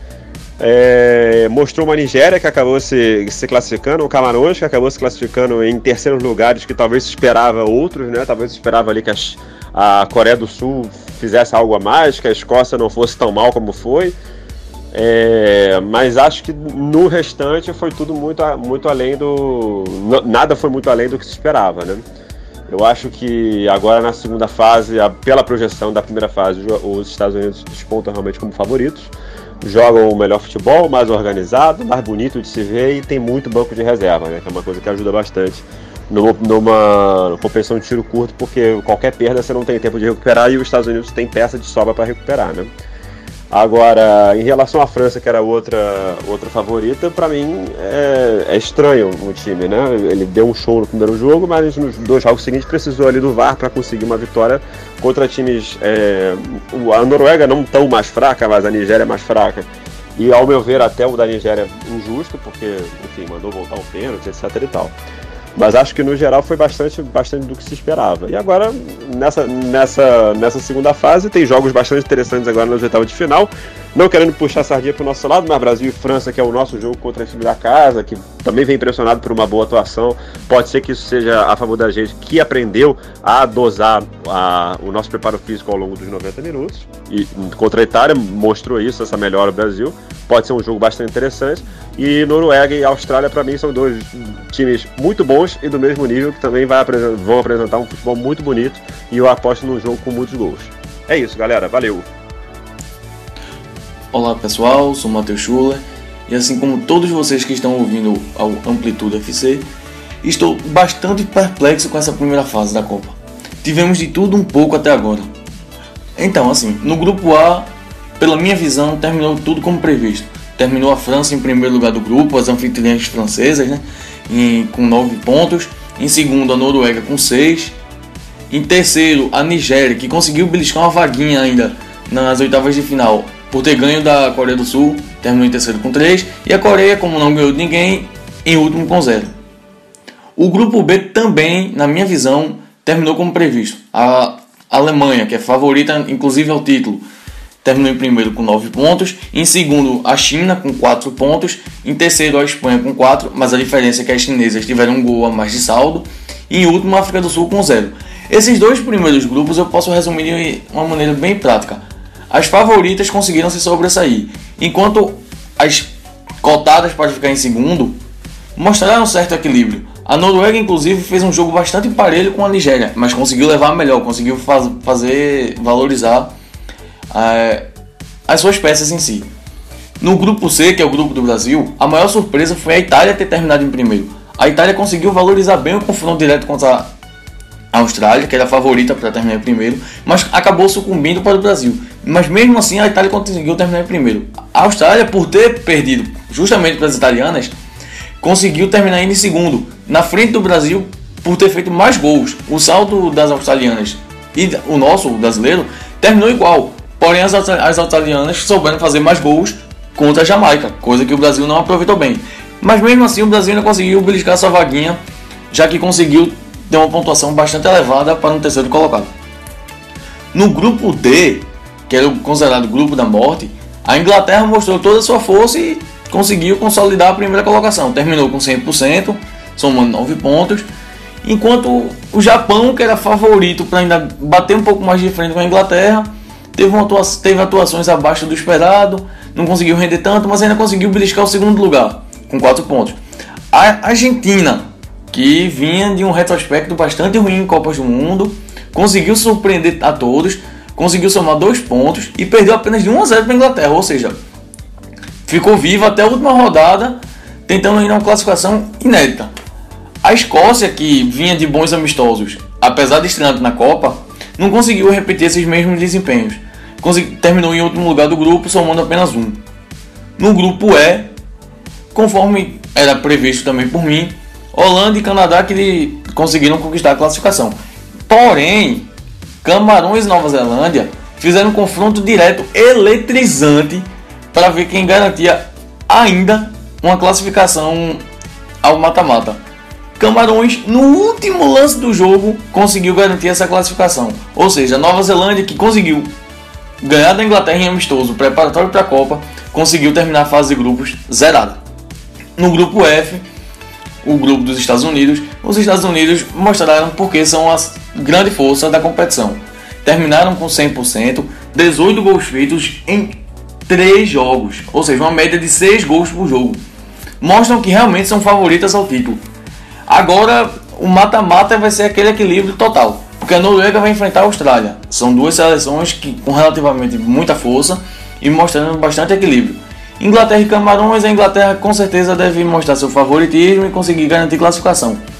É, mostrou uma Nigéria que acabou se, se classificando, um Camarões que acabou se classificando em terceiros lugares que talvez se esperava outros, né, talvez se esperava ali que a, a Coreia do Sul fizesse algo a mais, que a Escócia não fosse tão mal como foi. É, mas acho que no restante foi tudo muito, muito além do... Nada foi muito além do que se esperava, né? Eu acho que agora na segunda fase, pela projeção da primeira fase, os Estados Unidos despontam realmente como favoritos. Jogam o melhor futebol, mais organizado, mais bonito de se ver e tem muito banco de reserva, né? Que é uma coisa que ajuda bastante numa, numa competição de tiro curto, porque qualquer perda você não tem tempo de recuperar e os Estados Unidos tem peça de sobra para recuperar, né? Agora, em relação à França, que era outra, outra favorita, para mim é, é estranho o time, né? Ele deu um show no primeiro jogo, mas nos dois jogos seguintes precisou ali do V A R para conseguir uma vitória contra times... É, a Noruega não tão mais fraca, mas a Nigéria é mais fraca. E, ao meu ver, até o da Nigéria é injusto, porque, enfim, mandou voltar o pênalti, etc e tal. Mas acho que no geral foi bastante, bastante do que se esperava. E agora, nessa, nessa, nessa segunda fase, tem jogos bastante interessantes agora nas oitavas de final. Não querendo puxar a sardinha para o nosso lado, mas Brasil e França, que é o nosso jogo contra o time da casa, que também vem impressionado por uma boa atuação. Pode ser que isso seja a favor da gente, que aprendeu a dosar a, o nosso preparo físico ao longo dos noventa minutos. E contra a Itália mostrou isso, essa melhora do Brasil. Pode ser um jogo bastante interessante. E Noruega e Austrália, para mim, são dois times muito bons e do mesmo nível, que também vai apresentar, vão apresentar um futebol muito bonito. E eu aposto num jogo com muitos gols. É isso, galera. Valeu! Olá pessoal, sou o Matheus Schuller e assim como todos vocês que estão ouvindo ao Amplitude F C, estou bastante perplexo com essa primeira fase da Copa. Tivemos de tudo um pouco até agora. Então, assim, no grupo A, pela minha visão, terminou tudo como previsto. Terminou a França em primeiro lugar do grupo, as anfitriãs francesas, né, em, com nove pontos. Em segundo, a Noruega com seis. Em terceiro, a Nigéria, que conseguiu beliscar uma vaguinha ainda nas oitavas de final, por ter ganho da Coreia do Sul, terminou em terceiro com três, e a Coreia, como não ganhou de ninguém, em último com zero. O grupo B também, na minha visão, terminou como previsto. A Alemanha, que é favorita inclusive ao título, terminou em primeiro com nove pontos, em segundo a China com quatro pontos, em terceiro a Espanha com quatro, mas a diferença é que as chinesas tiveram um gol a mais de saldo, e em último a África do Sul com zero. Esses dois primeiros grupos eu posso resumir de uma maneira bem prática. As favoritas conseguiram se sobressair, enquanto as cotadas para ficar em segundo mostraram um certo equilíbrio. A Noruega, inclusive, fez um jogo bastante parelho com a Nigéria, mas conseguiu levar melhor, conseguiu faz, fazer valorizar uh, as suas peças em si. No grupo C, que é o grupo do Brasil, a maior surpresa foi a Itália ter terminado em primeiro. A Itália conseguiu valorizar bem o confronto direto contra a Austrália, que era a favorita para terminar em primeiro, mas acabou sucumbindo para o Brasil. Mas mesmo assim a Itália conseguiu terminar em primeiro. A Austrália, por ter perdido justamente para as italianas, conseguiu terminar em segundo, na frente do Brasil, por ter feito mais gols. O saldo das australianas e o nosso, o brasileiro, terminou igual. Porém as, as australianas souberam fazer mais gols contra a Jamaica, coisa que o Brasil não aproveitou bem. Mas mesmo assim o Brasil ainda conseguiu beliscar sua vaguinha, já que conseguiu ter uma pontuação bastante elevada para um terceiro colocado. No grupo D, que era o considerado grupo da morte, a Inglaterra mostrou toda a sua força e conseguiu consolidar a primeira colocação. Terminou com cem por cento, somando nove pontos, enquanto o Japão, que era favorito para ainda bater um pouco mais de frente com a Inglaterra, teve, uma atua- teve atuações abaixo do esperado, não conseguiu render tanto, mas ainda conseguiu beliscar o segundo lugar, com quatro pontos. A Argentina, que vinha de um retrospecto bastante ruim em Copas do Mundo, conseguiu surpreender a todos, conseguiu somar dois pontos e perdeu apenas de um a zero para a Inglaterra, ou seja, ficou viva até a última rodada, tentando ainda uma classificação inédita. A Escócia, que vinha de bons amistosos, apesar de estreante na Copa, não conseguiu repetir esses mesmos desempenhos. Consegui, terminou em último lugar do grupo, somando apenas um. No grupo E, conforme era previsto também por mim, Holanda e Canadá que conseguiram conquistar a classificação. Porém, Camarões e Nova Zelândia fizeram um confronto direto eletrizante para ver quem garantia ainda uma classificação ao mata-mata. Camarões, no último lance do jogo, conseguiu garantir essa classificação. Ou seja, Nova Zelândia, que conseguiu ganhar da Inglaterra em amistoso preparatório para a Copa, conseguiu terminar a fase de grupos zerada. No grupo F, o grupo dos Estados Unidos, os Estados Unidos mostraram porque são a grande força da competição. Terminaram com cem por cento, dezoito gols feitos em três jogos, ou seja, uma média de seis gols por jogo. Mostram que realmente são favoritas ao título. Agora, o mata-mata vai ser aquele equilíbrio total, porque a Noruega vai enfrentar a Austrália. São duas seleções que, com relativamente muita força e mostrando bastante equilíbrio. Inglaterra e Camarões, a Inglaterra com certeza deve mostrar seu favoritismo e conseguir garantir classificação.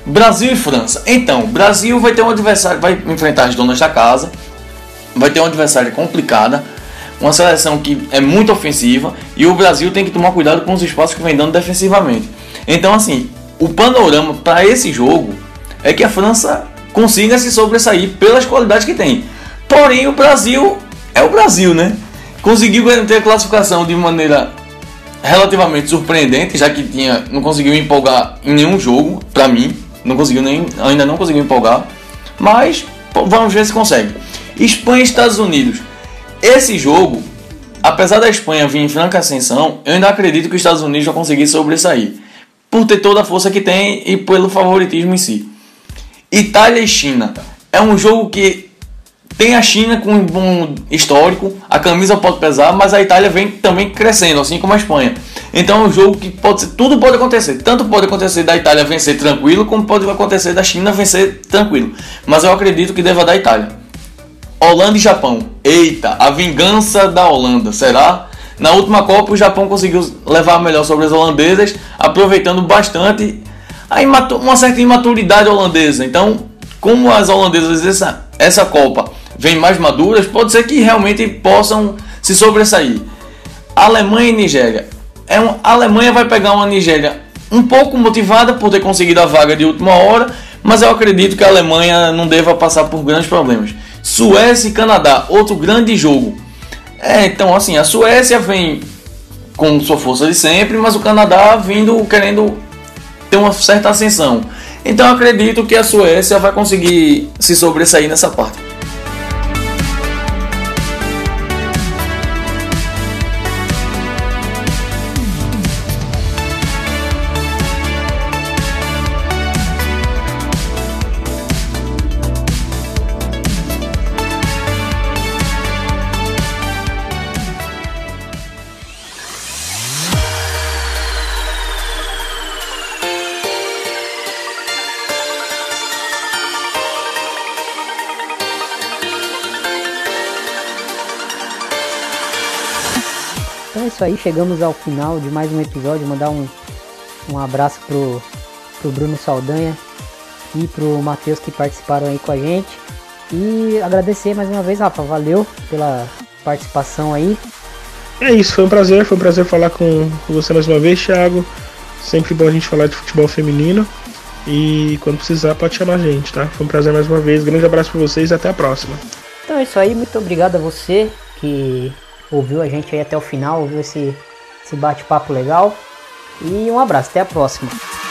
Brasil e França. Então, Brasil vai ter um adversário, vai enfrentar as donas da casa, vai ter um adversário complicada, uma seleção que é muito ofensiva, e o Brasil tem que tomar cuidado com os espaços que vem dando defensivamente. Então, assim, o panorama para esse jogo é que a França consiga se sobressair pelas qualidades que tem. Porém, o Brasil é o Brasil, né? Conseguiu garantir a classificação de maneira relativamente surpreendente, já que tinha, não conseguiu empolgar em nenhum jogo, para mim, não conseguiu nem, ainda não conseguiu empolgar, mas vamos ver se consegue. Espanha e Estados Unidos. Esse jogo, apesar da Espanha vir em franca ascensão, eu ainda acredito que os Estados Unidos vão conseguir sobressair, por ter toda a força que tem e pelo favoritismo em si. Itália e China. É um jogo que tem a China com um bom histórico, a camisa pode pesar, mas a Itália vem também crescendo, assim como a Espanha. Então é um jogo que pode ser, tudo pode acontecer. Tanto pode acontecer da Itália vencer tranquilo, como pode acontecer da China vencer tranquilo. Mas eu acredito que deva dar Itália. Holanda e Japão. Eita, a vingança da Holanda, será? Na última Copa o Japão conseguiu levar melhor sobre as holandesas, aproveitando bastante a uma certa imaturidade holandesa. Então, como as holandesas essa, essa Copa vem mais maduras, pode ser que realmente possam se sobressair. Alemanha e Nigéria. É um, a Alemanha vai pegar uma Nigéria um pouco motivada por ter conseguido a vaga de última hora, mas eu acredito que a Alemanha não deva passar por grandes problemas. Suécia e Canadá, outro grande jogo. É, então assim, a Suécia vem com sua força de sempre, mas o Canadá vindo querendo ter uma certa ascensão. Então eu acredito que a Suécia vai conseguir se sobressair nessa parte. Então é isso aí, chegamos ao final de mais um episódio. Mandar um, um abraço pro, pro Bruno Saldanha e pro Matheus que participaram aí com a gente. E agradecer mais uma vez, Rafa, valeu pela participação aí. É isso, foi um prazer, foi um prazer falar com você mais uma vez, Thiago. Sempre bom a gente falar de futebol feminino. E quando precisar pode chamar a gente, tá? Foi um prazer mais uma vez, grande abraço pra vocês e até a próxima. Então é isso aí, muito obrigado a você que ouviu a gente aí até o final, ouviu esse, esse bate-papo legal. E um abraço, até a próxima.